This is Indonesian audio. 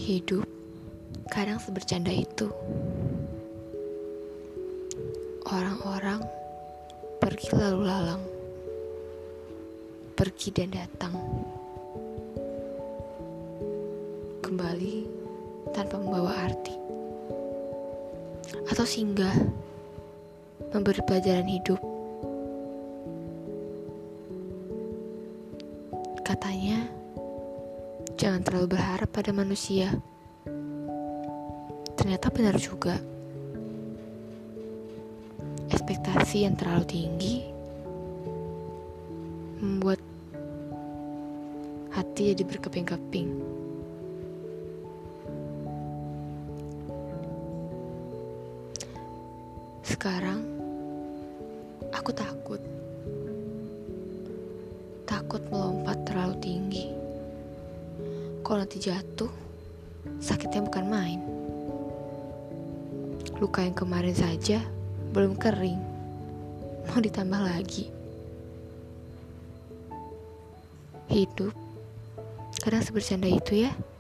Hidup kadang sebercanda itu. Orang-orang pergi lalu lalang, pergi dan datang, kembali tanpa membawa arti, atau singgah memberi pelajaran hidup. Katanya, jangan terlalu berharap pada manusia. Ternyata benar juga. Ekspektasi yang terlalu tinggi membuat hati jadi berkeping-keping. Sekarang aku takut melompat terlalu tinggi. Kalau nanti jatuh, sakitnya bukan main. Luka yang kemarin saja belum kering, mau ditambah lagi. Hidup kadang sebercanda itu ya.